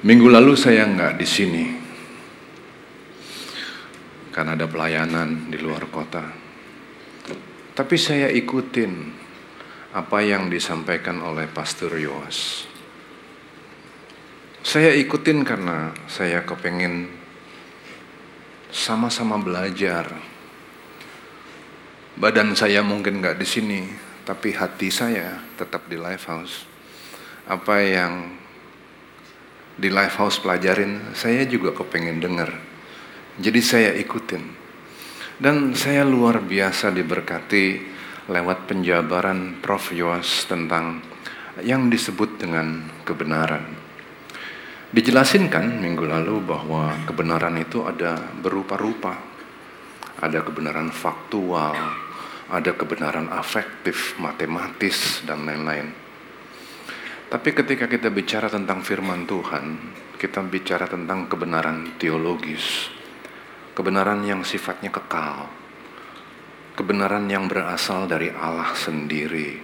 Minggu lalu saya nggak di sini karena ada pelayanan di luar kota. Tapi saya ikutin apa yang disampaikan oleh Pastor Yoas. Saya ikutin karena saya kepengen sama-sama belajar. Badan saya mungkin nggak di sini, tapi hati saya tetap di Lifehouse. Apa yang di Lifehouse pelajarin, saya juga kepengen dengar. Jadi saya ikutin. Dan saya luar biasa diberkati lewat penjabaran Prof. Yoas tentang yang disebut dengan kebenaran. Dijelasin kan minggu lalu bahwa kebenaran itu ada berupa-rupa. Ada kebenaran faktual, ada kebenaran afektif, matematis, dan lain-lain. Tapi ketika kita bicara tentang firman Tuhan, kita bicara tentang kebenaran teologis, kebenaran yang sifatnya kekal, kebenaran yang berasal dari Allah sendiri.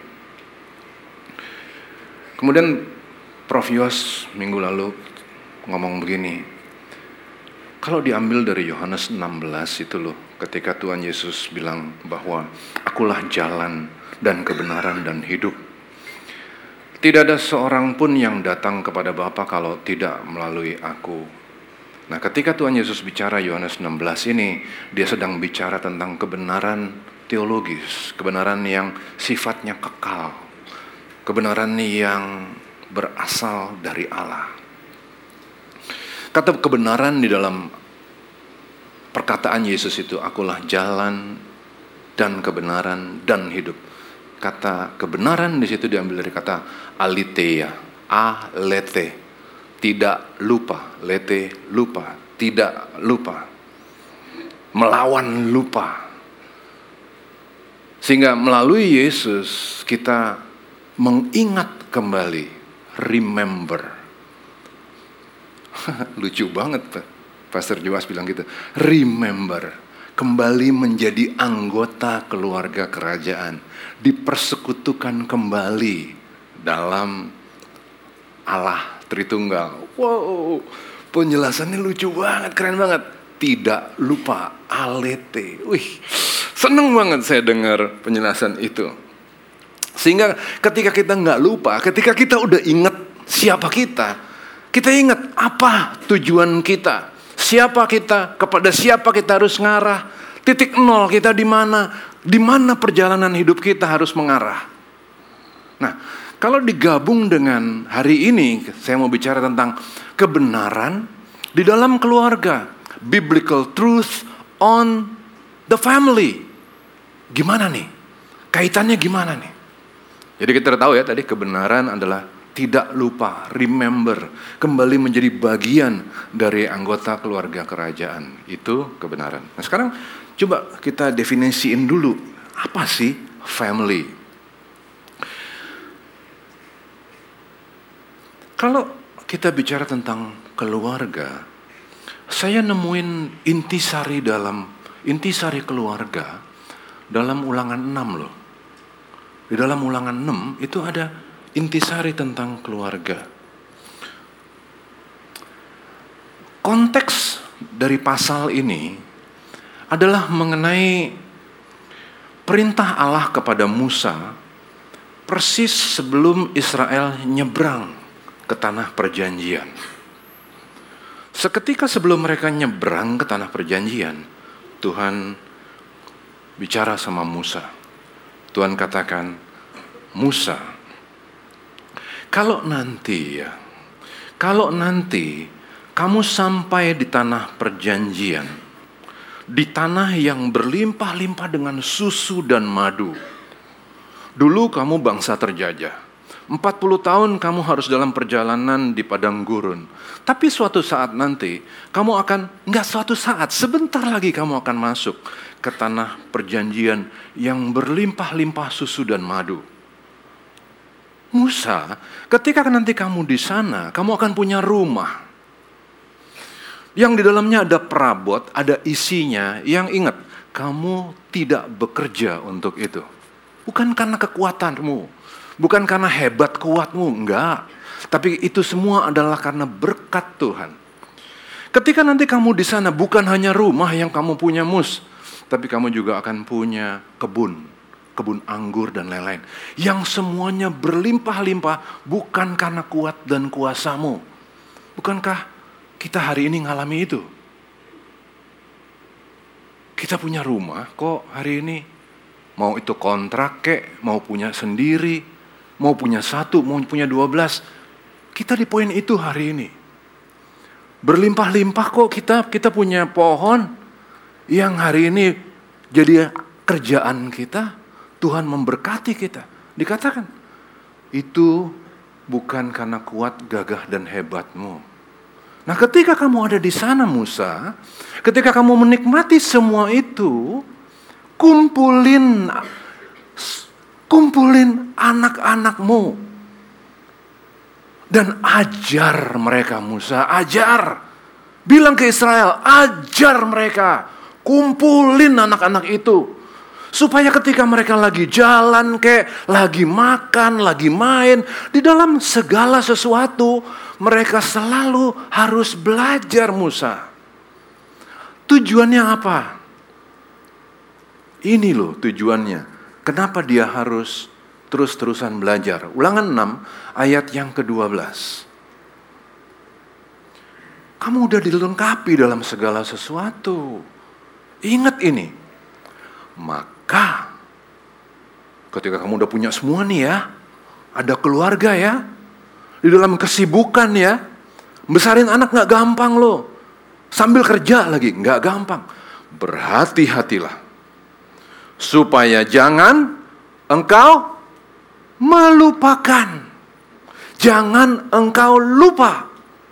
Kemudian Prof. Yoas minggu lalu ngomong begini, kalau diambil dari Yohanes 16 itu loh, ketika Tuhan Yesus bilang bahwa akulah jalan dan kebenaran dan hidup. Tidak ada seorang pun yang datang kepada Bapa kalau tidak melalui aku. Nah, ketika Tuhan Yesus bicara Yohanes 16 ini, dia sedang bicara tentang kebenaran teologis, kebenaran yang sifatnya kekal, kebenaran yang berasal dari Allah. Kata kebenaran di dalam perkataan Yesus itu, akulah jalan dan kebenaran dan hidup. Kata kebenaran di situ diambil dari kata aletheia, alete, tidak lupa, lete lupa, tidak lupa, melawan lupa. Sehingga melalui Yesus kita mengingat kembali, remember. Lucu banget Pastor Joas bilang gitu, remember. Kembali menjadi anggota keluarga kerajaan, dipersekutukan kembali dalam Allah Tritunggal. Wow, penjelasannya lucu banget, keren banget. Tidak lupa, alete. Wih, seneng banget saya dengar penjelasan itu. Sehingga ketika kita nggak lupa, ketika kita udah ingat siapa kita ingat apa tujuan kita. Siapa kita, kepada siapa kita harus ngarah, titik nol kita di mana perjalanan hidup kita harus mengarah. Nah, kalau digabung dengan hari ini, saya mau bicara tentang kebenaran di dalam keluarga, biblical truth on the family. Gimana nih? Kaitannya gimana nih? Jadi kita tahu ya tadi kebenaran adalah tidak lupa, remember, kembali menjadi bagian dari anggota keluarga kerajaan. Itu kebenaran. Nah sekarang coba kita definisiin dulu, apa sih family? Kalau kita bicara tentang keluarga, saya nemuin intisari keluarga dalam Ulangan 6 loh. Di dalam Ulangan 6 itu ada intisari tentang keluarga. Konteks dari pasal ini adalah mengenai perintah Allah kepada Musa persis sebelum Israel nyebrang ke tanah perjanjian. Seketika sebelum mereka nyebrang ke tanah perjanjian, Tuhan bicara sama Musa. Tuhan katakan, Musa, kalau nanti kamu sampai di tanah perjanjian, di tanah yang berlimpah-limpah dengan susu dan madu. Dulu kamu bangsa terjajah. 40 tahun kamu harus dalam perjalanan di padang gurun. Tapi suatu saat nanti, sebentar lagi kamu akan masuk ke tanah perjanjian yang berlimpah-limpah susu dan madu. Musa, ketika nanti kamu di sana, kamu akan punya rumah yang di dalamnya ada perabot, ada isinya. Yang ingat, kamu tidak bekerja untuk itu. Bukan karena kekuatanmu, bukan karena hebat kuatmu, enggak. Tapi itu semua adalah karena berkat Tuhan. Ketika nanti kamu di sana bukan hanya rumah yang kamu punya tapi kamu juga akan punya kebun anggur dan lain-lain. Yang semuanya berlimpah-limpah bukan karena kuat dan kuasamu. Bukankah kita hari ini ngalami itu? Kita punya rumah kok hari ini. Mau itu kontrak kek, mau punya sendiri, mau punya 1, mau punya 12. Kita di poin itu hari ini. Berlimpah-limpah kok kita punya pohon yang hari ini jadi kerjaan kita. Tuhan memberkati kita. Dikatakan, itu bukan karena kuat, gagah, dan hebatmu. Nah, ketika kamu ada di sana Musa, ketika kamu menikmati semua itu, kumpulin anak-anakmu dan ajar mereka Musa, ajar. Bilang ke Israel, ajar mereka, kumpulin anak-anak itu. Supaya ketika mereka lagi jalan lagi makan, lagi main, di dalam segala sesuatu, mereka selalu harus belajar Musa. Tujuannya apa? Ini loh tujuannya. Kenapa dia harus terus-terusan belajar? Ulangan 6 ayat yang ke-12. Kamu udah dilengkapi dalam segala sesuatu. Ingat ini. Maka ketika kamu udah punya semua nih ya, ada keluarga ya, di dalam kesibukan ya, besarin anak gak gampang loh. Sambil kerja lagi gak gampang. Berhati-hatilah supaya jangan engkau melupakan. Jangan engkau lupa.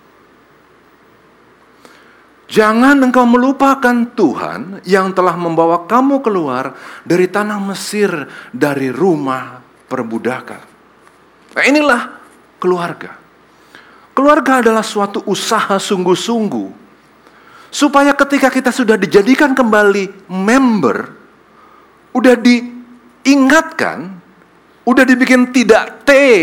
Jangan engkau melupakan Tuhan yang telah membawa kamu keluar dari tanah Mesir, dari rumah perbudakan. Nah, inilah keluarga. Keluarga adalah suatu usaha sungguh-sungguh. Supaya ketika kita sudah dijadikan kembali member, udah diingatkan, udah dibikin tidak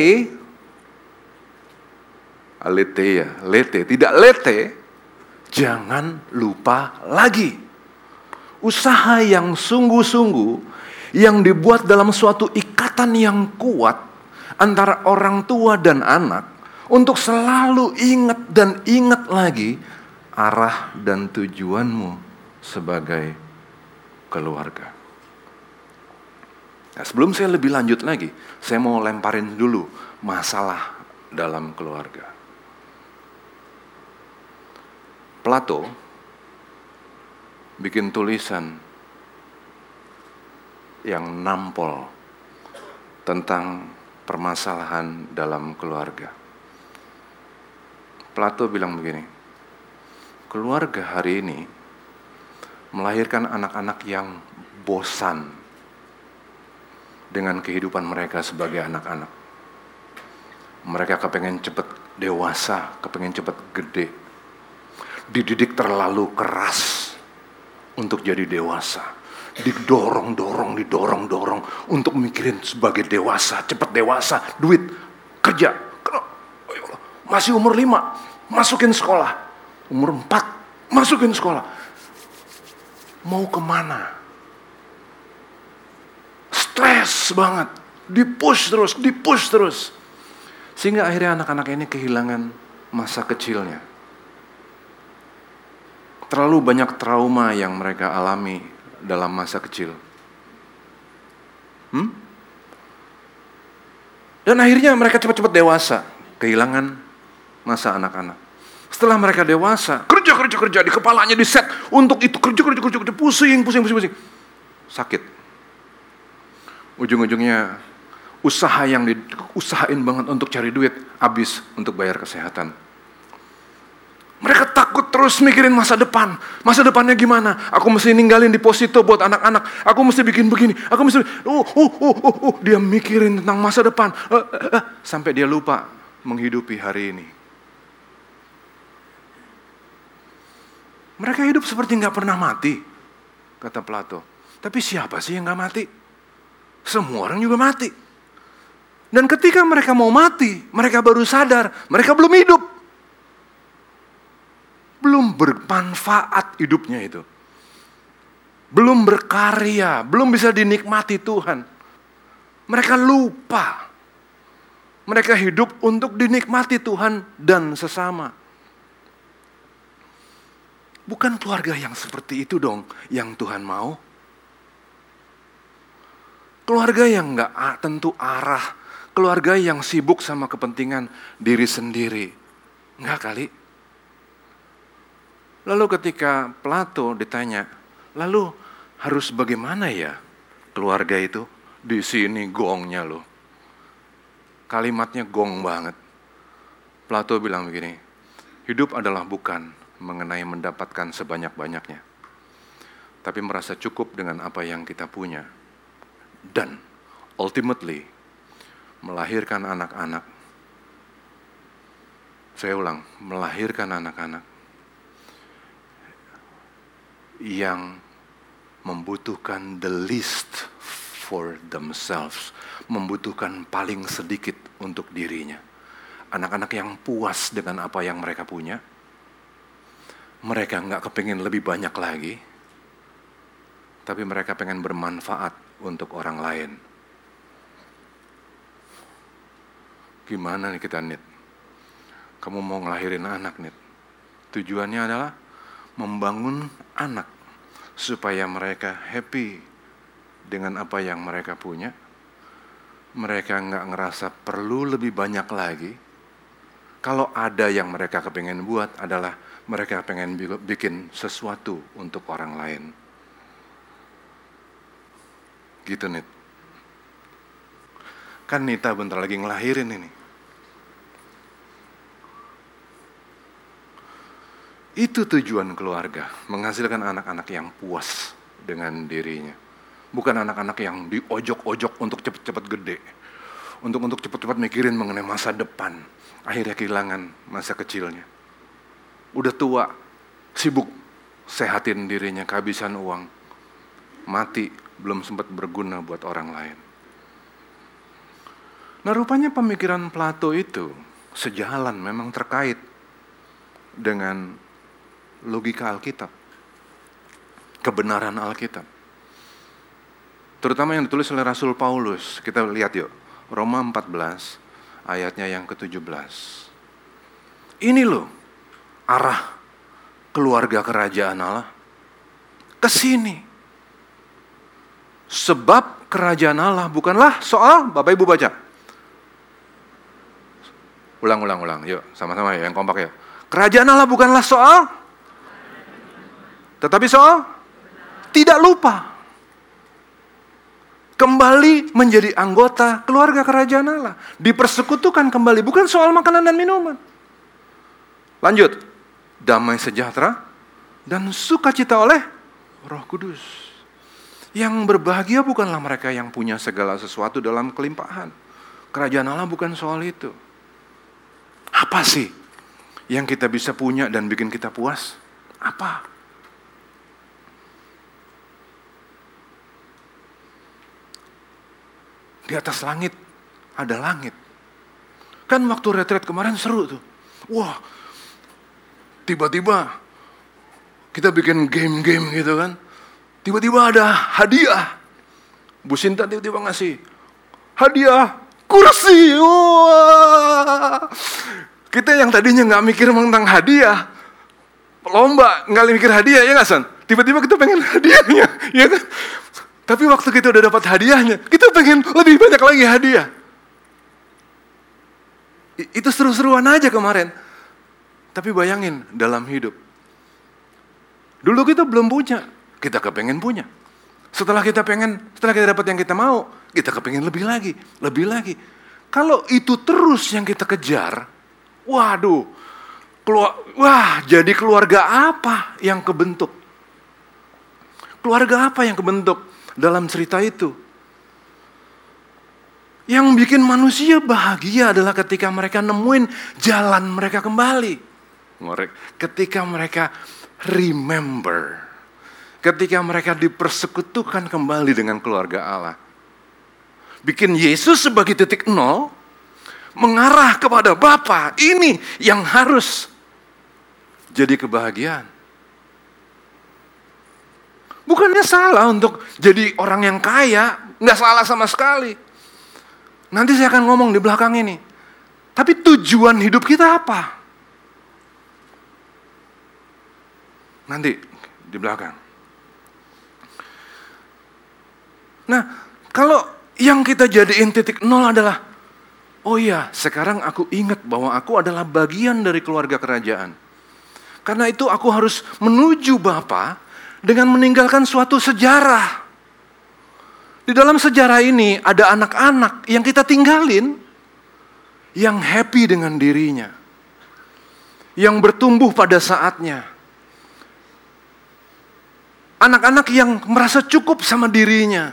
tidak lete, jangan lupa lagi. Usaha yang sungguh-sungguh, yang dibuat dalam suatu ikatan yang kuat antara orang tua dan anak, untuk selalu ingat dan ingat lagi arah dan tujuanmu sebagai keluarga. Nah, sebelum saya lebih lanjut lagi, saya mau lemparin dulu masalah dalam keluarga. Plato bikin tulisan yang nampol tentang permasalahan dalam keluarga. Plato bilang begini, keluarga hari ini melahirkan anak-anak yang bosan dengan kehidupan mereka sebagai anak-anak. Mereka kepengen cepat dewasa, kepengen cepat gede. Dididik terlalu keras untuk jadi dewasa. Didorong untuk mikirin sebagai dewasa, cepat dewasa, duit, kerja. Masih umur 5, masukin sekolah. Umur 4, masukin sekolah. Mau kemana? Stres banget. Dipush terus. Sehingga akhirnya anak-anak ini kehilangan masa kecilnya. Terlalu banyak trauma yang mereka alami dalam masa kecil. Dan akhirnya mereka cepat-cepat dewasa, kehilangan masa anak-anak. Setelah mereka dewasa, kerja, di kepalanya di set untuk itu, kerja, pusing. Sakit. Ujung-ujungnya usaha yang diusahain banget untuk cari duit, habis untuk bayar kesehatan. Mereka takut terus mikirin masa depan. Masa depannya gimana? Aku mesti ninggalin deposito buat anak-anak. Aku mesti bikin begini. Aku mesti dia mikirin tentang masa depan. Sampai dia lupa menghidupi hari ini. Mereka hidup seperti gak pernah mati, kata Plato. Tapi siapa sih yang gak mati? Semua orang juga mati. Dan ketika mereka mau mati, mereka baru sadar, mereka belum hidup. Belum bermanfaat hidupnya itu. Belum berkarya, belum bisa dinikmati Tuhan. Mereka lupa. Mereka hidup untuk dinikmati Tuhan dan sesama. Bukan keluarga yang seperti itu dong yang Tuhan mau. Keluarga yang gak tentu arah. Keluarga yang sibuk sama kepentingan diri sendiri. Enggak kali. Lalu ketika Plato ditanya, lalu harus bagaimana ya keluarga itu? Di sini gongnya loh. Kalimatnya gong banget. Plato bilang begini, hidup adalah bukan mengenai mendapatkan sebanyak-banyaknya, tapi merasa cukup dengan apa yang kita punya. Dan ultimately, melahirkan anak-anak. Saya ulang, melahirkan anak-anak yang membutuhkan the least for themselves, membutuhkan paling sedikit untuk dirinya. Anak-anak yang puas dengan apa yang mereka punya, mereka nggak kepingin lebih banyak lagi, tapi mereka pengen bermanfaat untuk orang lain. Gimana nih kita, Nit? Kamu mau ngelahirin anak, Nit. Tujuannya adalah membangun anak supaya mereka happy dengan apa yang mereka punya. Mereka nggak ngerasa perlu lebih banyak lagi. Kalau ada yang mereka kepengen buat adalah mereka pengen bikin sesuatu untuk orang lain. Gitu, Nit. Kan Nita bentar lagi ngelahirin ini. Itu tujuan keluarga, menghasilkan anak-anak yang puas dengan dirinya. Bukan anak-anak yang diojok-ojok untuk cepat-cepat gede. Untuk cepat-cepat mikirin mengenai masa depan. Akhirnya kehilangan masa kecilnya. Udah tua, sibuk sehatin dirinya, kehabisan uang. Mati, belum sempat berguna buat orang lain. Nah, rupanya pemikiran Plato itu sejalan, memang terkait dengan logika Alkitab. Kebenaran Alkitab. Terutama yang ditulis oleh Rasul Paulus. Kita lihat yuk, Roma 14 ayatnya yang ke-17. Ini loh arah keluarga kerajaan Allah ke sini. Sebab kerajaan Allah bukanlah soal, Bapak Ibu baca. Ulang. Yuk, sama-sama ya, yang kompak ya. Kerajaan Allah bukanlah soal, tetapi soal tidak lupa. Kembali menjadi anggota keluarga kerajaan Allah. Dipersekutukan kembali, bukan soal makanan dan minuman. Lanjut. Damai sejahtera dan sukacita oleh Roh Kudus. Yang berbahagia bukanlah mereka yang punya segala sesuatu dalam kelimpahan. Kerajaan Allah bukan soal itu. Apa sih yang kita bisa punya dan bikin kita puas? Apa? Di atas langit ada langit. Kan waktu retret kemarin seru tuh. Wah, tiba-tiba kita bikin game-game gitu kan. Tiba-tiba ada hadiah. Bu Sinta tiba-tiba ngasih hadiah kursi. Wah. Kita yang tadinya gak mikir tentang hadiah, lomba gak mikir hadiah, ya gak San? Tiba-tiba kita pengen hadiahnya, ya kan? Tapi waktu kita udah dapat hadiahnya, kita pengen lebih banyak lagi hadiah. Itu seru-seruan aja kemarin. Tapi bayangin dalam hidup. Dulu kita belum punya, kita kepengen punya. Setelah kita dapat yang kita mau, kita kepengen lebih lagi. Kalau itu terus yang kita kejar, waduh, jadi keluarga apa yang kebentuk? Keluarga apa yang kebentuk dalam cerita itu? Yang bikin manusia bahagia adalah ketika mereka nemuin jalan mereka kembali. Ketika mereka remember. Ketika mereka dipersekutukan kembali dengan keluarga Allah. bikin Yesus sebagai titik nol, mengarah kepada Bapa. Ini yang harus jadi kebahagiaan. Bukannya salah untuk jadi orang yang kaya, nggak salah sama sekali. Nanti saya akan ngomong di belakang ini. Tapi tujuan hidup kita apa? Nanti di belakang. Nah, kalau yang kita jadiin titik nol adalah, oh iya, sekarang aku ingat bahwa aku adalah bagian dari keluarga kerajaan. Karena itu aku harus menuju Bapa dengan meninggalkan suatu sejarah. Di dalam sejarah ini ada anak-anak yang kita tinggalin, yang happy dengan dirinya, yang bertumbuh pada saatnya. Anak-anak yang merasa cukup sama dirinya.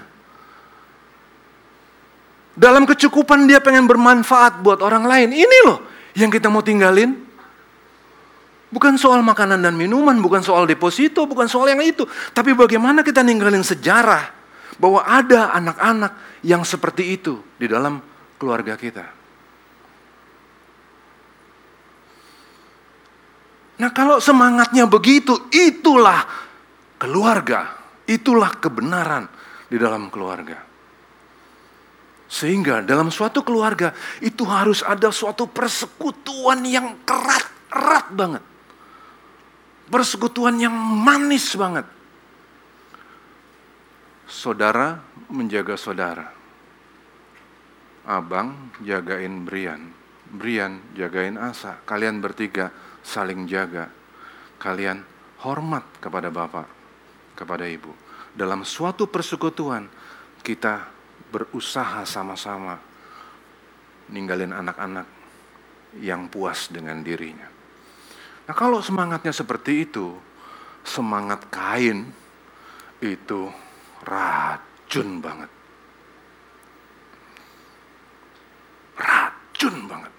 Dalam kecukupan dia pengen bermanfaat buat orang lain. Ini loh yang kita mau tinggalin. Bukan soal makanan dan minuman, bukan soal deposito, bukan soal yang itu. Tapi bagaimana kita ninggalin sejarah bahwa ada anak-anak yang seperti itu di dalam keluarga kita. Nah, kalau semangatnya begitu, itulah keluarga, itulah kebenaran di dalam keluarga. Sehingga dalam suatu keluarga itu harus ada suatu persekutuan yang erat banget. Persekutuan yang manis banget. Saudara menjaga saudara. Abang jagain Brian. Brian jagain Asa. Kalian bertiga saling jaga. Kalian hormat kepada Bapak, kepada Ibu. Dalam suatu persekutuan kita berusaha sama-sama ninggalin anak-anak yang puas dengan dirinya. Nah, kalau semangatnya seperti itu, semangat Kain itu racun banget. Racun banget.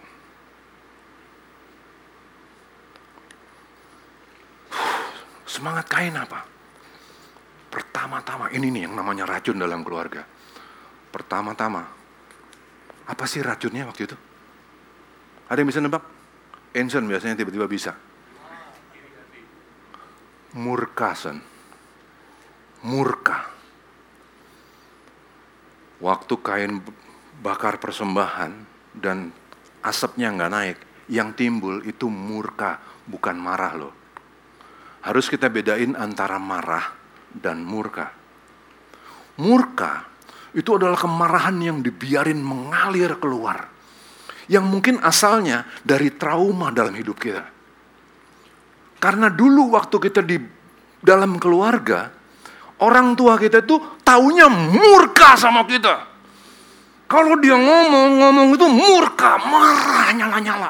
Semangat Kain apa? Pertama-tama, ini nih yang namanya racun dalam keluarga. Pertama-tama, apa sih racunnya waktu itu? Ada yang bisa nebak? Enson biasanya tiba-tiba bisa. Murka, son. Murka. Waktu Kain bakar persembahan dan asapnya nggak naik, yang timbul itu murka, bukan marah loh. Harus kita bedain antara marah dan murka. Murka itu adalah kemarahan yang dibiarin mengalir keluar. Yang mungkin asalnya dari trauma dalam hidup kita. Karena dulu waktu kita di dalam keluarga, orang tua kita itu taunya murka sama kita. Kalau dia ngomong itu murka, marah, nyala-nyala.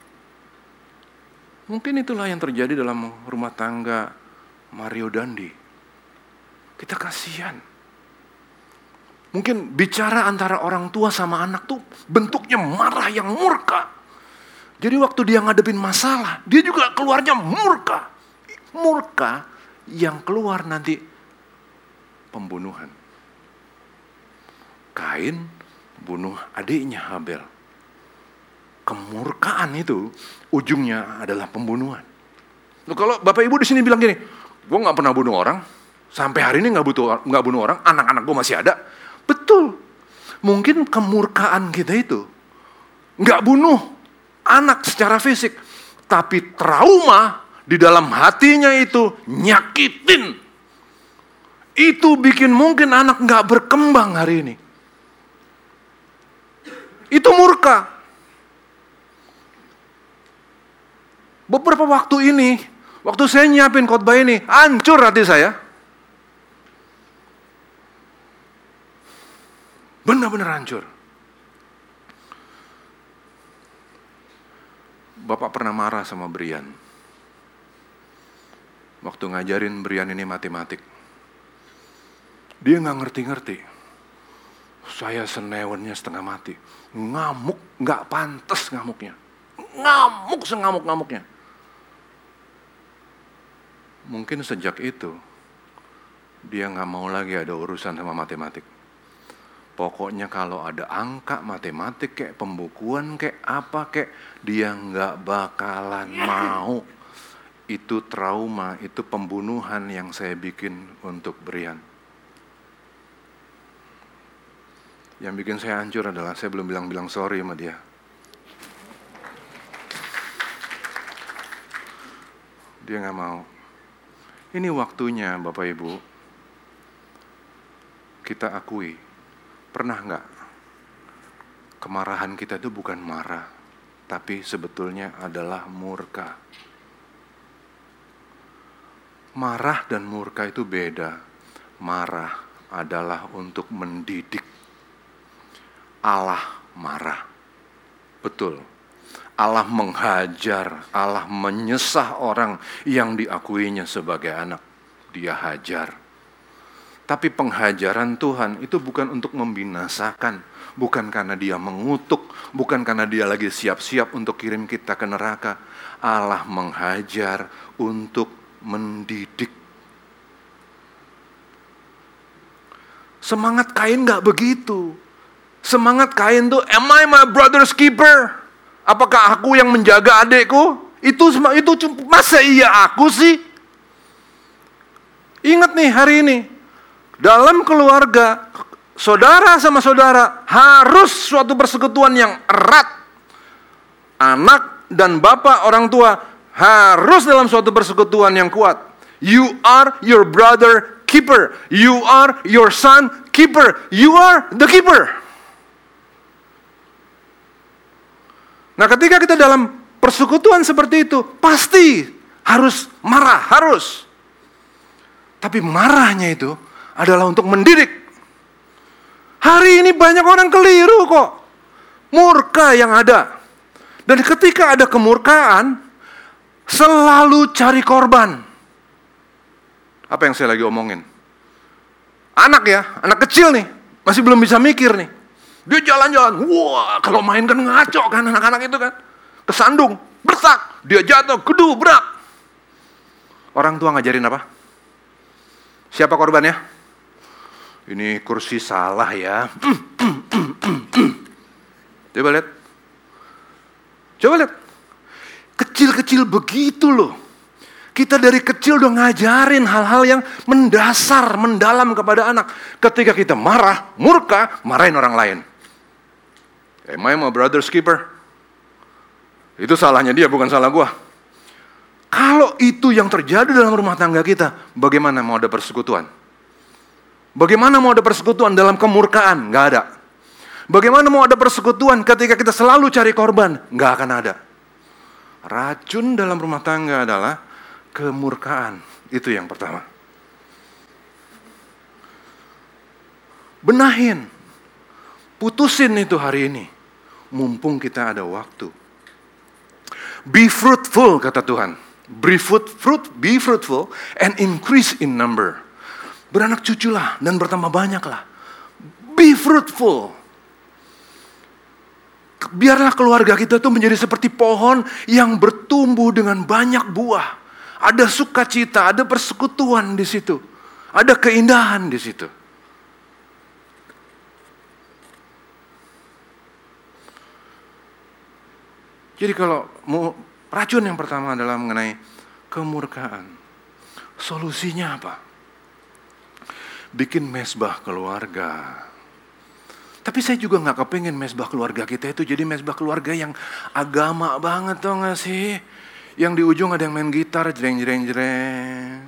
Mungkin itulah yang terjadi dalam rumah tangga Mario Dandi. Kita kasihan. Mungkin bicara antara orang tua sama anak tuh bentuknya marah yang murka. Jadi waktu dia ngadepin masalah, dia juga keluarnya murka. Murka yang keluar nanti pembunuhan. Kain bunuh adiknya Habel. Kemurkaan itu ujungnya adalah pembunuhan. Loh, kalau Bapak Ibu di sini bilang gini, gue nggak pernah bunuh orang, sampai hari ini nggak bunuh orang, anak-anak gue masih ada. Betul. Mungkin kemurkaan kita itu nggak bunuh anak secara fisik, tapi trauma di dalam hatinya itu nyakitin. Itu bikin mungkin anak nggak berkembang hari ini. Itu murka. Beberapa waktu ini, waktu saya nyiapin khotbah ini, hancur hati saya. Benar-benar hancur. Bapak pernah marah sama Brian. Waktu ngajarin Brian ini matematik. Dia gak ngerti-ngerti. Saya senewennya setengah mati. Ngamuk, gak pantas ngamuknya. Ngamuk sengamuk-ngamuknya. Mungkin sejak itu, dia gak mau lagi ada urusan sama matematik. Pokoknya kalau ada angka, matematik kayak pembukuan kayak apa kayak, dia nggak bakalan mau. Itu trauma, itu pembunuhan yang saya bikin untuk Brian. Yang bikin saya hancur adalah saya belum bilang sorry sama dia. Dia nggak mau. Ini waktunya Bapak Ibu, kita akui. Pernah nggak kemarahan kita itu bukan marah, tapi sebetulnya adalah murka. Marah dan murka itu beda. Marah adalah untuk mendidik. Allah marah. Betul. Allah menghajar, Allah menyesah orang yang diakuinya sebagai anak. Dia hajar. Tapi penghajaran Tuhan itu bukan untuk membinasakan, bukan karena dia mengutuk, bukan karena dia lagi siap-siap untuk kirim kita ke neraka. Allah menghajar untuk mendidik. Semangat Kain gak begitu. Semangat Kain tuh, am I my brother's keeper? Apakah aku yang menjaga adekku? Itu masa iya aku sih? Ingat nih hari ini. Dalam keluarga, saudara sama saudara harus suatu persekutuan yang erat. Anak dan bapak orang tua harus dalam suatu persekutuan yang kuat. You are your brother keeper. You are your son keeper. You are the keeper. Nah, ketika kita dalam persekutuan seperti itu, pasti harus marah, harus. Tapi marahnya itu adalah untuk mendidik. Hari ini banyak orang keliru kok. Murka yang ada. Dan ketika ada kemurkaan, selalu cari korban. Apa yang saya lagi omongin? Anak ya, anak kecil nih, masih belum bisa mikir nih. Dia jalan-jalan, wah kalau main kan ngaco kan anak-anak itu kan. Kesandung, bersak, dia jatuh, gedubrak. Orang tua ngajarin apa? Siapa korbannya? Ini kursi salah ya. Coba lihat. Coba lihat. Kecil-kecil begitu loh. Kita dari kecil udah ngajarin hal-hal yang mendasar, mendalam kepada anak. Ketika kita marah, murka, marahin orang lain. Am I my brother's keeper? Itu salahnya dia, bukan salah gua. Kalau itu yang terjadi dalam rumah tangga kita, bagaimana mau ada persekutuan? Bagaimana mau ada persekutuan dalam kemurkaan? Nggak ada. Bagaimana mau ada persekutuan ketika kita selalu cari korban? Nggak akan ada. Racun dalam rumah tangga adalah kemurkaan. Itu yang pertama. Benahin. Putusin itu hari ini. Mumpung kita ada waktu. Be fruitful, kata Tuhan. Be fruitful and increase in number. Beranak cuculah dan bertambah banyaklah. Be fruitful. Biarlah keluarga kita itu menjadi seperti pohon yang bertumbuh dengan banyak buah. Ada sukacita, ada persekutuan di situ. Ada keindahan di situ. Jadi kalau racun yang pertama adalah mengenai kemurkaan. Solusinya apa? Bikin mesbah keluarga. Tapi saya juga gak kepengen mesbah keluarga kita itu jadi mesbah keluarga yang agama banget, tau gak sih? Yang di ujung ada yang main gitar, jreng.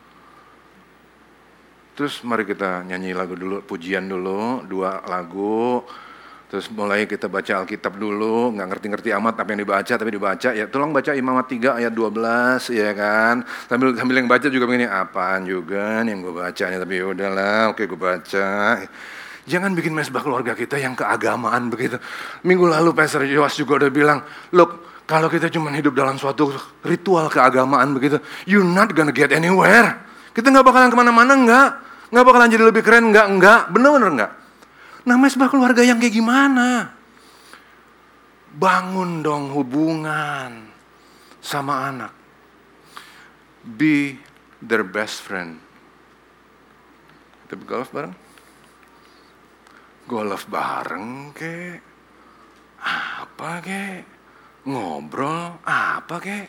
Terus mari kita nyanyi lagu dulu, pujian dulu, 2 lagu. Terus mulai kita baca Alkitab dulu, gak ngerti-ngerti amat apa yang dibaca, tapi dibaca. Ya tolong baca Imamat 3 ayat 12, ya kan. Sambil yang baca juga begini, apaan juga nih yang gue baca nih, tapi udahlah, oke gue baca. Jangan bikin mesbah keluarga kita yang keagamaan begitu. Minggu lalu Pastor Yowas juga udah bilang, look, kalau kita cuma hidup dalam suatu ritual keagamaan begitu, you're not gonna get anywhere. Kita gak bakalan kemana-mana, gak bakalan jadi lebih keren, enggak. Bener-bener enggak. Nah, mesbah keluarga yang kayak gimana? Bangun dong hubungan sama anak. Be their best friend. Kita golf bareng? Golf bareng kek, apa kek, ngobrol apa kek.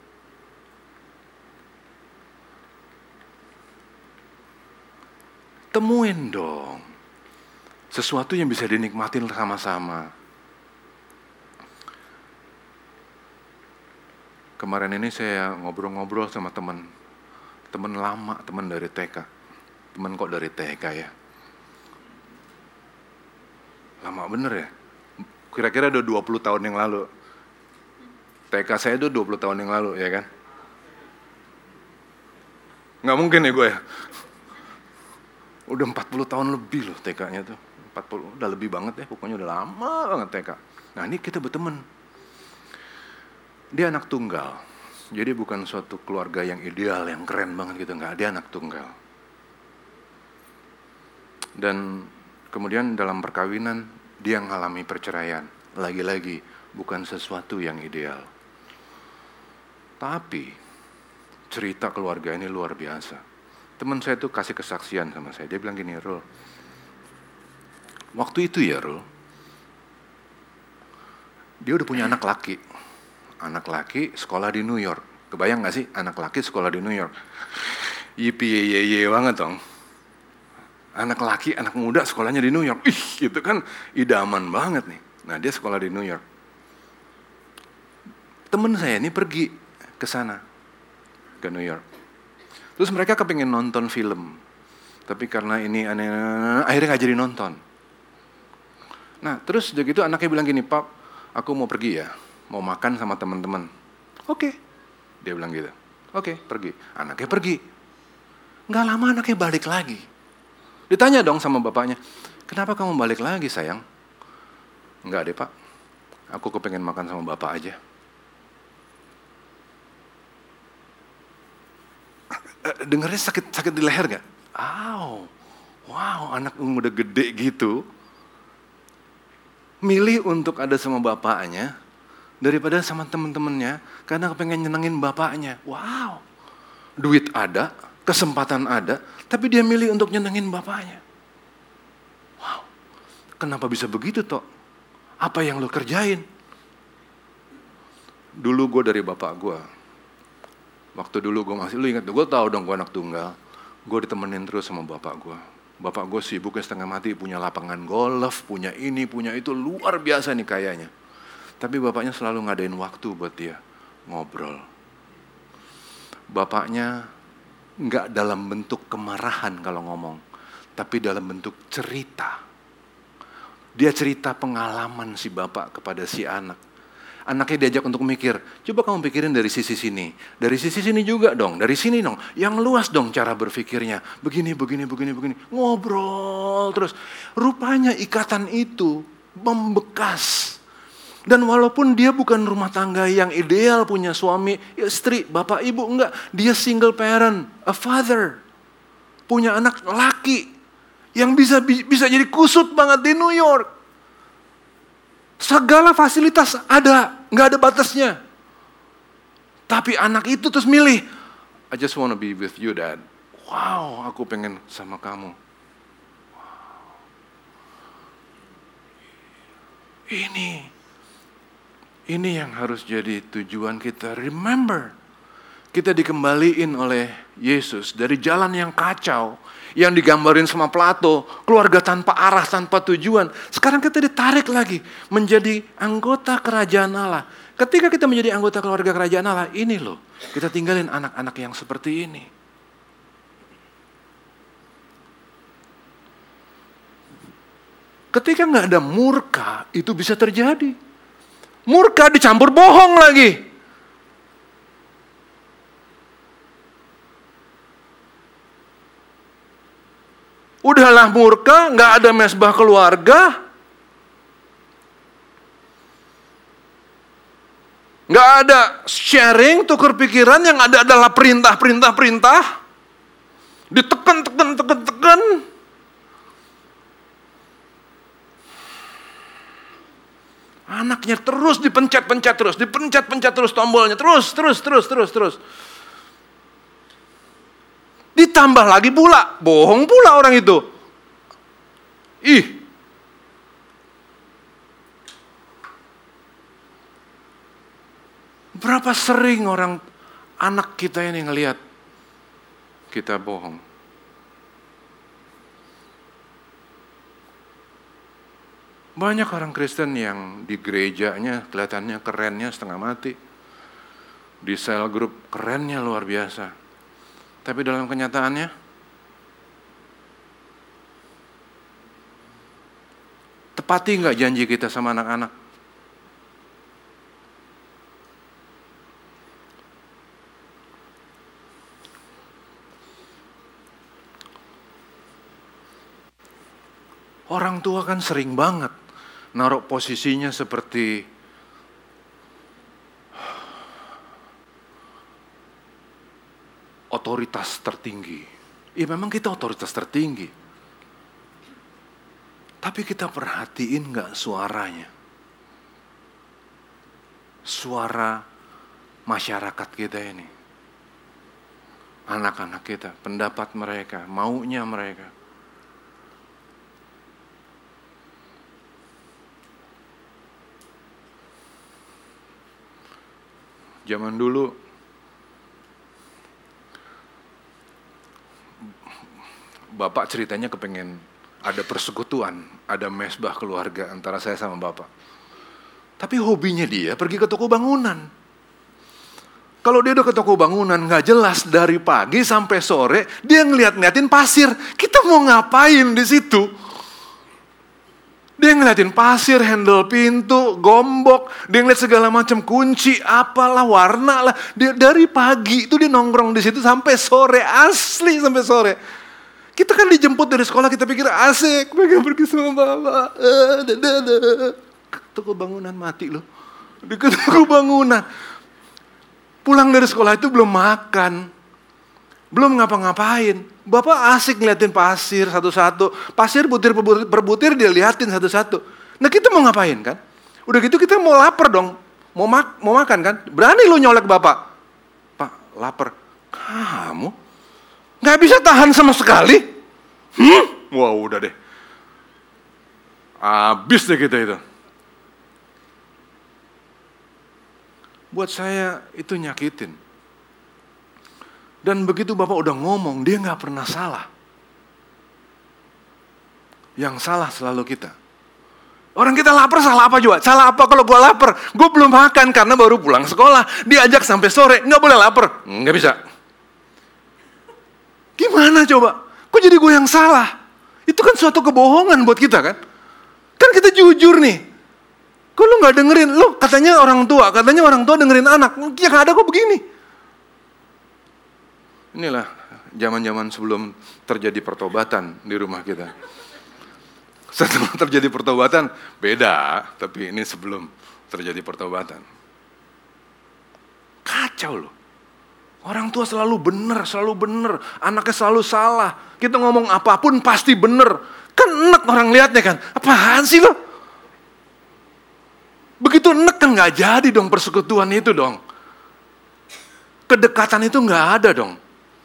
Temuin dong sesuatu yang bisa dinikmatin sama-sama. Kemarin ini saya ngobrol-ngobrol sama teman lama, teman dari TK. Teman kok dari TK ya? Lama bener ya? Kira-kira udah 20 tahun yang lalu. TK saya itu 20 tahun yang lalu, ya kan? Nggak mungkin ya gue ya? Udah 40 tahun lebih loh TK-nya tuh. 40, udah lebih banget ya, pokoknya udah lama banget TK. Nah ini kita berteman. Dia anak tunggal, jadi bukan suatu keluarga yang ideal, yang keren banget gitu, enggak. Dia anak tunggal. Dan kemudian dalam perkawinan, dia mengalami perceraian. Lagi-lagi, bukan sesuatu yang ideal. Tapi, cerita keluarga ini luar biasa. Teman saya tuh kasih kesaksian sama saya, dia bilang gini, Rul, waktu itu ya Rul, dia udah punya anak laki. Anak laki sekolah di New York. Kebayang gak sih anak laki sekolah di New York? Yipi banget dong. Anak laki, anak muda sekolahnya di New York. Ih, itu kan idaman banget nih. Nah dia sekolah di New York. Temen saya ini pergi ke sana, ke New York. Terus mereka kepengen nonton film. Tapi karena ini aneh, akhirnya gak jadi nonton. Nah terus udah gitu anaknya bilang gini, Pap, aku mau pergi ya. Mau makan sama teman-teman. Oke. Dia bilang gitu. Oke, pergi. Anaknya pergi. Nggak lama anaknya balik lagi. Ditanya dong sama bapaknya, kenapa kamu balik lagi sayang? Enggak deh Pak, aku kepengen makan sama bapak aja. Dengarnya sakit di leher gak? Wow, anak udah gede gitu. Milih untuk ada sama bapaknya daripada sama temen-temennya karena kepengen nyenengin bapaknya. Wow, duit ada, kesempatan ada, tapi dia milih untuk nyenengin bapaknya. Wow, kenapa bisa begitu toh? Apa yang lo kerjain? Dulu gue dari bapak gue. Waktu dulu gue masih, lu ingat, gue tahu dong gue anak tunggal. Gue ditemenin terus sama bapak gue. Bapak gue sibuknya setengah mati, punya lapangan golf, punya ini, punya itu, luar biasa nih kayaknya. Tapi bapaknya selalu ngadain waktu buat dia ngobrol. Bapaknya nggak dalam bentuk kemarahan kalau ngomong, tapi dalam bentuk cerita. Dia cerita pengalaman si bapak kepada si anak. Anaknya diajak untuk mikir, coba kamu pikirin dari sisi sini. Dari sisi sini juga dong, dari sini dong. Yang luas dong cara berpikirnya. Begini. Ngobrol terus. Rupanya ikatan itu membekas. Dan walaupun dia bukan rumah tangga yang ideal, punya suami, istri, bapak, ibu, enggak. Dia single parent, a father. Punya anak laki yang bisa jadi kusut banget di New York. Segala fasilitas ada, enggak ada batasnya. Tapi anak itu terus milih, I just want to be with you, Dad. Wow, aku pengen sama kamu. Wow. Ini yang harus jadi tujuan kita. Remember, kita dikembaliin oleh Yesus dari jalan yang kacau, yang digambarin sama Plato, keluarga tanpa arah, tanpa tujuan. Sekarang kita ditarik lagi menjadi anggota kerajaan Allah. Ketika kita menjadi anggota keluarga kerajaan Allah, ini loh, kita tinggalin anak-anak yang seperti ini. Ketika nggak ada murka, itu bisa terjadi. Murka dicampur bohong lagi. Udahlah murka, nggak ada mesbah keluarga. Nggak ada sharing, tukar pikiran, yang ada adalah perintah. Ditekan. Anaknya terus dipencet terus tombolnya, terus. Ditambah lagi pula, bohong pula orang itu. Berapa sering anak kita ini ngelihat kita bohong. Banyak orang Kristen yang di gerejanya kelihatannya kerennya setengah mati. Di sel grup kerennya luar biasa. Tapi dalam kenyataannya, tepati nggak janji kita sama anak-anak? Orang tua kan sering banget naruh posisinya seperti otoritas tertinggi. Ya memang kita otoritas tertinggi. Tapi kita perhatiin gak suaranya? Suara masyarakat kita ini. Anak-anak kita, pendapat mereka, maunya mereka. Zaman dulu, bapak ceritanya kepengen ada persekutuan, ada mesbah keluarga antara saya sama bapak. Tapi hobinya dia pergi ke toko bangunan. Kalau dia udah ke toko bangunan, gak jelas dari pagi sampai sore, dia ngeliat-ngeliatin pasir. Kita mau ngapain di situ? Dia ngeliatin pasir, handle pintu, gombok, dia ngeliat segala macam kunci, apalah, warna lah. Dia dari pagi itu dia nongkrong di situ sampai sore, asli sampai sore. Kita kan dijemput dari sekolah, kita pikir asik, pengen pergi sama bapak. Toko bangunan mati loh. Di toko bangunan. Pulang dari sekolah itu belum makan, belum ngapa-ngapain. Bapak asik ngeliatin pasir satu-satu. Pasir butir per butir dia liatin satu-satu. Nah kita mau ngapain kan? Udah gitu kita mau lapar dong. Mau makan kan? Berani lu nyolek bapak. Pak, lapar. Kamu gak bisa tahan sama sekali? Wah udah deh. Abis deh kita itu. Buat saya itu nyakitin. Dan begitu bapak udah ngomong, dia gak pernah salah. Yang salah selalu kita. Orang kita lapar salah apa juga? Salah apa kalau gue lapar? Gue belum makan karena baru pulang sekolah. Diajak sampai sore, gak boleh lapar. Gak bisa. Gimana coba? Kok jadi gue yang salah? Itu kan suatu kebohongan buat kita kan? Kan kita jujur nih. Kok lu gak dengerin? Lu katanya orang tua dengerin anak. Yang ada kok begini. Inilah zaman-zaman sebelum terjadi pertobatan di rumah kita. Setelah terjadi pertobatan, beda. Tapi ini sebelum terjadi pertobatan. Kacau loh. Orang tua selalu benar. Anaknya selalu salah. Kita ngomong apapun pasti benar. Kan enek orang lihatnya kan. Apaan sih lo? Begitu enek kan gak jadi dong persekutuan itu dong. Kedekatan itu gak ada dong.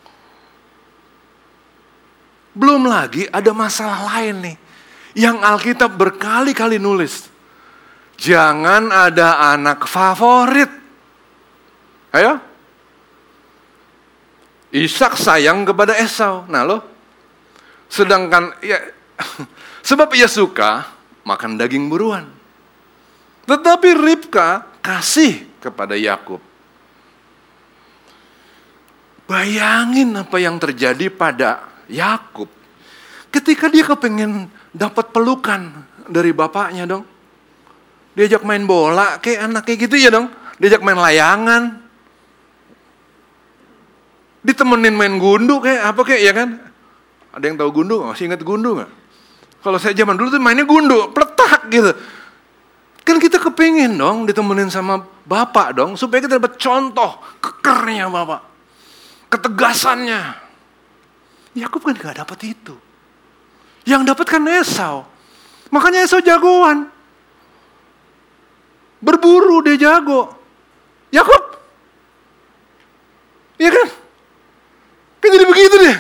Belum lagi ada masalah lain nih. Yang Alkitab berkali-kali nulis. Jangan ada anak favorit. Ayo. Ishak sayang kepada Esau. Nah lo. Sedangkan ya, sebab ia suka makan daging buruan. Tetapi Ribka kasih kepada Yakub. Bayangin apa yang terjadi pada Yakub ketika dia kepengen dapat pelukan dari bapaknya dong. Diajak main bola kayak anak kayak gitu ya dong. Diajak main layangan. Ditemenin main gundu kayak apa kayak ya kan. Ada yang tahu gundu? Masih ingat gundu gak? Kalau saya zaman dulu tuh mainnya gundu, peletak gitu. Kan kita kepengen dong ditemenin sama bapak dong supaya kita dapat contoh kekernya bapak. Ketegasannya. Yakub kan gak dapat itu. Yang dapat kan Esau. Makanya Esau jagoan. Berburu dia jago. Yakub. Iya kan? Kan jadi begitu deh.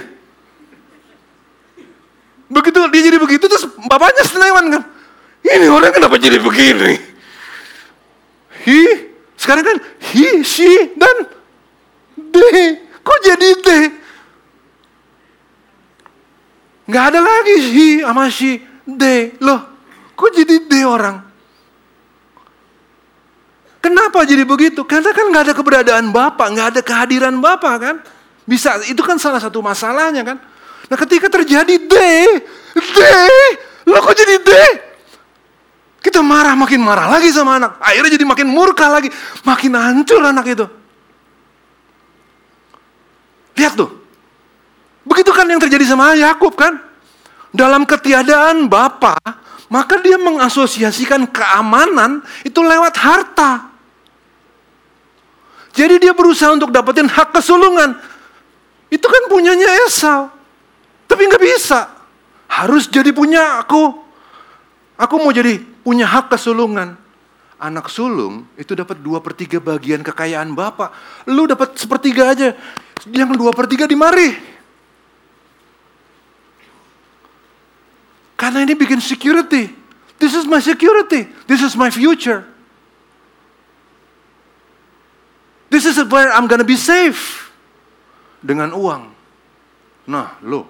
Begitu dia jadi begitu terus bapaknya senewan kan. Ini orang kenapa jadi begini? Sekarang kan he, she, dan they. Kok jadi they? Nggak ada lagi he sama she, they. Loh, kok jadi they orang? Kenapa jadi begitu? Karena kan nggak ada keberadaan Bapa, nggak ada kehadiran Bapa kan? Bisa, itu kan salah satu masalahnya kan? Nah ketika terjadi they, lo kok jadi they? Kita makin marah lagi sama anak. Akhirnya jadi makin murka lagi, makin hancur anak itu. Lihat tuh, begitu kan yang terjadi sama Yakub kan? Dalam ketiadaan Bapa, maka dia mengasosiasikan keamanan itu lewat harta. Jadi dia berusaha untuk dapetin hak kesulungan. Itu kan punyanya Esau. Tapi nggak bisa. Harus jadi punya aku. Aku mau jadi punya hak kesulungan. Anak sulung itu dapat 2/3 bagian kekayaan Bapak. Lu dapat 1/3 aja. Yang 2/3 dimari. Karena ini bikin security. This is my security. This is my future. This is where I'm gonna be safe. Dengan uang. Nah, lo.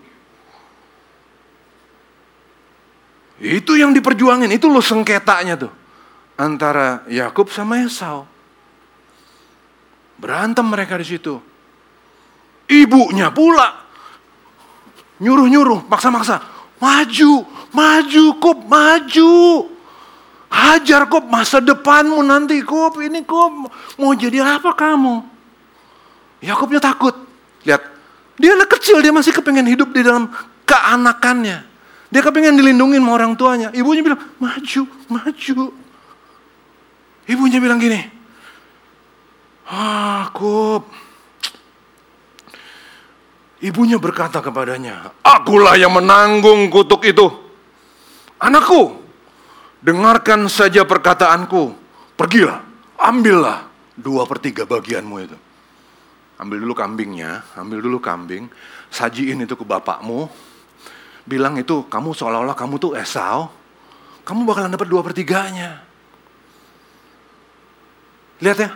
Itu yang diperjuangin. Itu lo sengketanya tuh. Antara Yakub sama Esau. Berantem mereka di situ. Ibunya pula. Nyuruh-nyuruh, maksa-maksa. Maju, Kub, maju. Hajar Kub, masa depanmu nanti Kub, ini Kub. Mau jadi apa kamu? Yakubnya takut. Lihat, dia anak kecil, dia masih kepengen hidup di dalam keanakannya. Dia kepengen dilindungi sama orang tuanya. Ibunya bilang, maju. Ibunya bilang gini, Kub. Ibunya berkata kepadanya, akulah yang menanggung kutuk itu. Anakku, dengarkan saja perkataanku. Pergilah, ambillah 2/3 bagianmu itu. Ambil dulu kambing, sajiin itu ke bapakmu. Bilang itu, kamu seolah-olah kamu tuh Esau. Kamu bakalan dapat 2/3-nya. Lihat ya.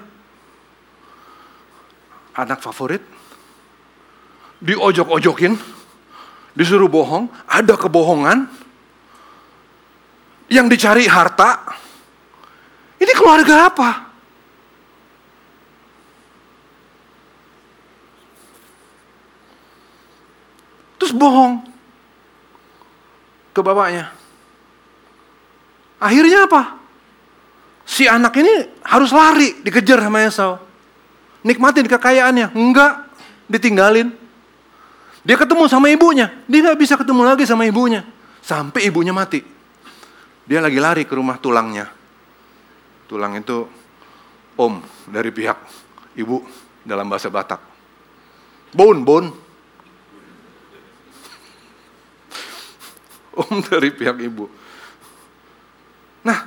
Anak favorit. Diojok-ojokin. Disuruh bohong. Ada kebohongan. Yang dicari harta. Ini keluarga apa? Terus bohong ke bapaknya. Akhirnya apa? Si anak ini harus lari, dikejar sama Esau. Nikmatin kekayaannya. Enggak, ditinggalin. Dia ketemu sama ibunya. Dia gak bisa ketemu lagi sama ibunya. Sampai ibunya mati. Dia lagi lari ke rumah tulangnya. Tulang itu om dari pihak ibu dalam bahasa Batak. Bon. Om dari pihak ibu. Nah,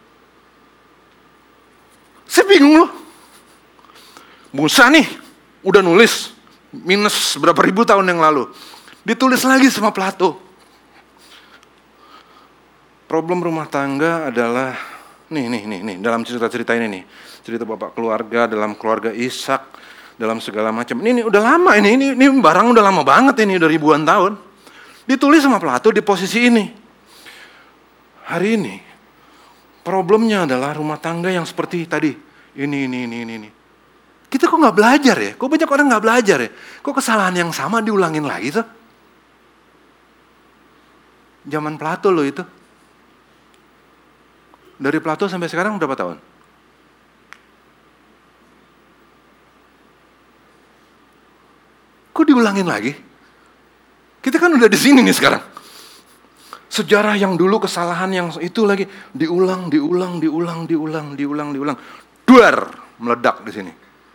saya bingung loh. Musa nih, udah nulis minus berapa ribu tahun yang lalu. Ditulis lagi sama Plato. Problem rumah tangga adalah, nih, dalam cerita-cerita ini nih. Cerita bapak keluarga, dalam keluarga Ishak, dalam segala macam. Ini udah lama, ini barang udah lama banget ini, udah ribuan tahun. Ditulis sama Plato di posisi ini. Hari ini, problemnya adalah rumah tangga yang seperti tadi. Ini. Kita kok gak belajar ya? Kok banyak orang gak belajar ya? Kok kesalahan yang sama diulangin lagi tuh? Zaman Plato loh itu. Dari Plato sampai sekarang berapa tahun? Kok diulangin lagi? Kita kan udah di sini nih sekarang. Sejarah yang dulu, kesalahan yang itu lagi diulang. Duar, meledak di sini.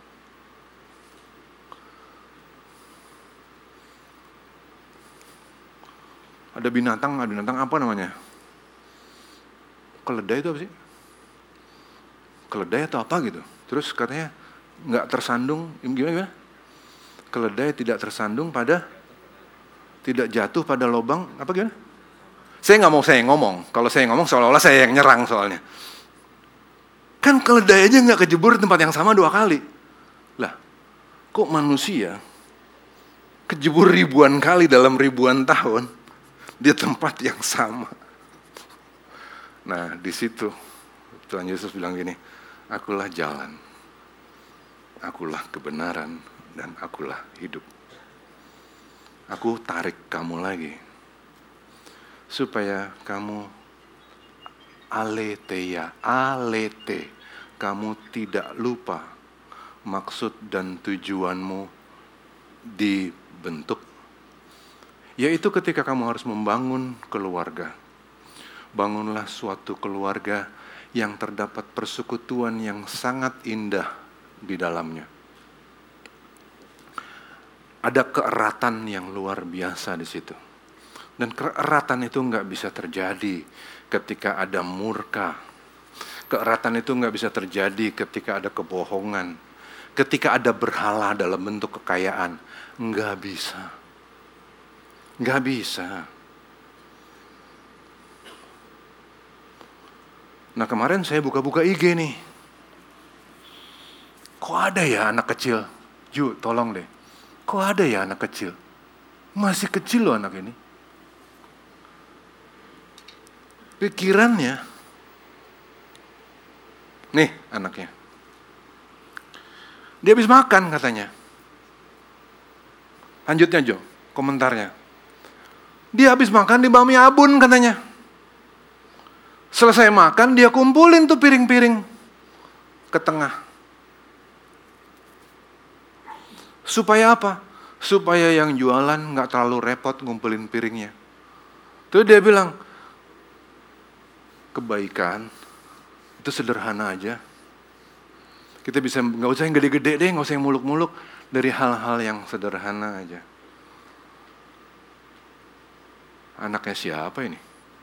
Ada binatang apa namanya? Keledai itu apa sih? Keledai atau apa gitu. Terus katanya nggak tersandung, gimana? Keledai tidak tersandung tidak jatuh pada lubang, apa gimana? Saya nggak mau saya ngomong. Kalau saya ngomong seolah-olah saya yang nyerang soalnya. Kan keledai aja nggak kejebur di tempat yang sama 2 kali. Lah, kok manusia kejebur ribuan kali dalam ribuan tahun di tempat yang sama? Nah, di situ Tuhan Yesus bilang gini, akulah jalan, akulah kebenaran, dan akulah hidup. Aku tarik kamu lagi, supaya kamu aletheia, kamu tidak lupa maksud dan tujuanmu dibentuk. Yaitu ketika kamu harus membangun keluarga. Bangunlah suatu keluarga yang terdapat persekutuan yang sangat indah di dalamnya. Ada keeratan yang luar biasa di situ. Dan keeratan itu nggak bisa terjadi ketika ada murka. Keeratan itu nggak bisa terjadi ketika ada kebohongan. Ketika ada berhala dalam bentuk kekayaan. Nggak bisa. Nggak bisa. Nah, kemarin saya buka-buka IG nih. Kok ada ya anak kecil? Ju, tolong deh. Kok ada ya anak kecil? Masih kecil loh anak ini. Pikirannya, nih anaknya. Dia habis makan katanya. Lanjutnya Jo, komentarnya. Dia habis makan di Bami Abun katanya. Selesai makan dia kumpulin tuh piring-piring ke tengah. Supaya apa? Supaya yang jualan gak terlalu repot ngumpulin piringnya. Terus dia bilang, kebaikan itu sederhana aja. Kita bisa, gak usah yang gede-gede deh, gak usah yang muluk-muluk. Dari hal-hal yang sederhana aja. Anaknya siapa ini?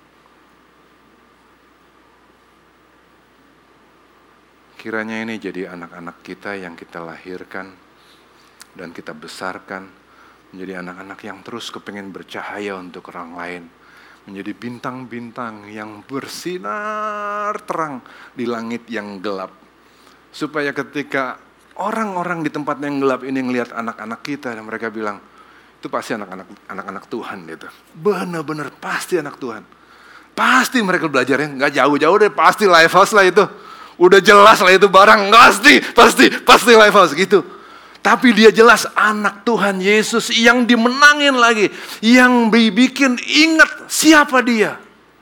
Kiranya ini jadi anak-anak kita yang kita lahirkan dan kita besarkan menjadi anak-anak yang terus kepingin bercahaya untuk orang lain. Menjadi bintang-bintang yang bersinar terang di langit yang gelap. Supaya ketika orang-orang di tempat yang gelap ini ngelihat anak-anak kita dan mereka bilang, itu pasti anak-anak Tuhan itu. Benar-benar pasti anak Tuhan. Pasti mereka belajarnya nggak jauh-jauh deh, pasti Lifehouse lah itu. Udah jelas lah itu barang, pasti Lifehouse gitu. Tapi dia jelas anak Tuhan Yesus yang dimenangin lagi. Yang dibikin ingat siapa dia.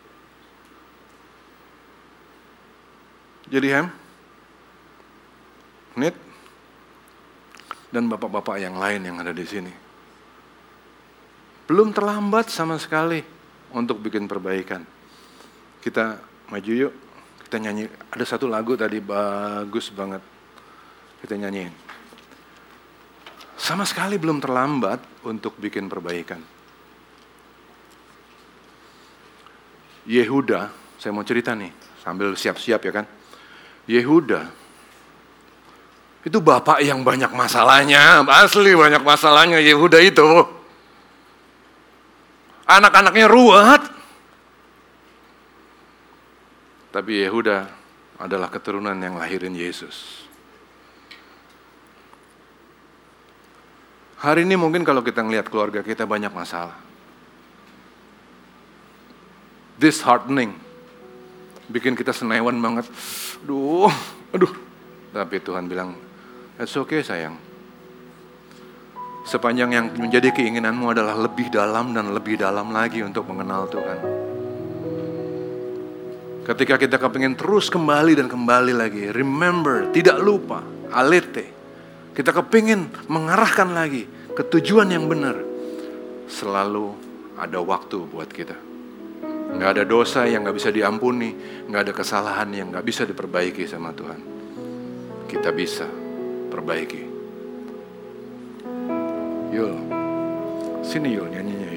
Jadi Nit, dan bapak-bapak yang lain yang ada di sini. Belum terlambat sama sekali untuk bikin perbaikan. Kita maju yuk, kita nyanyi. Ada satu lagu tadi bagus banget. Kita nyanyiin. Sama sekali belum terlambat untuk bikin perbaikan. Yehuda, saya mau cerita nih, sambil siap-siap ya kan. Yehuda, itu bapak yang banyak masalahnya, asli banyak masalahnya Yehuda itu. Anak-anaknya ruwet. Tapi Yehuda adalah keturunan yang lahirin Yesus. Hari ini mungkin kalau kita ngelihat keluarga kita banyak masalah. Disheartening. Bikin kita senewan banget. Aduh. Tapi Tuhan bilang, it's okay sayang. Sepanjang yang menjadi keinginanmu adalah lebih dalam dan lebih dalam lagi untuk mengenal Tuhan. Ketika kita kepingin terus kembali dan kembali lagi. Remember, tidak lupa. Alete. Kita kepingin mengarahkan lagi ke tujuan yang benar. Selalu ada waktu buat kita. Nggak ada dosa yang nggak bisa diampuni. Nggak ada kesalahan yang nggak bisa diperbaiki sama Tuhan. Kita bisa perbaiki. Yul, sini Yul nyanyinya Yul.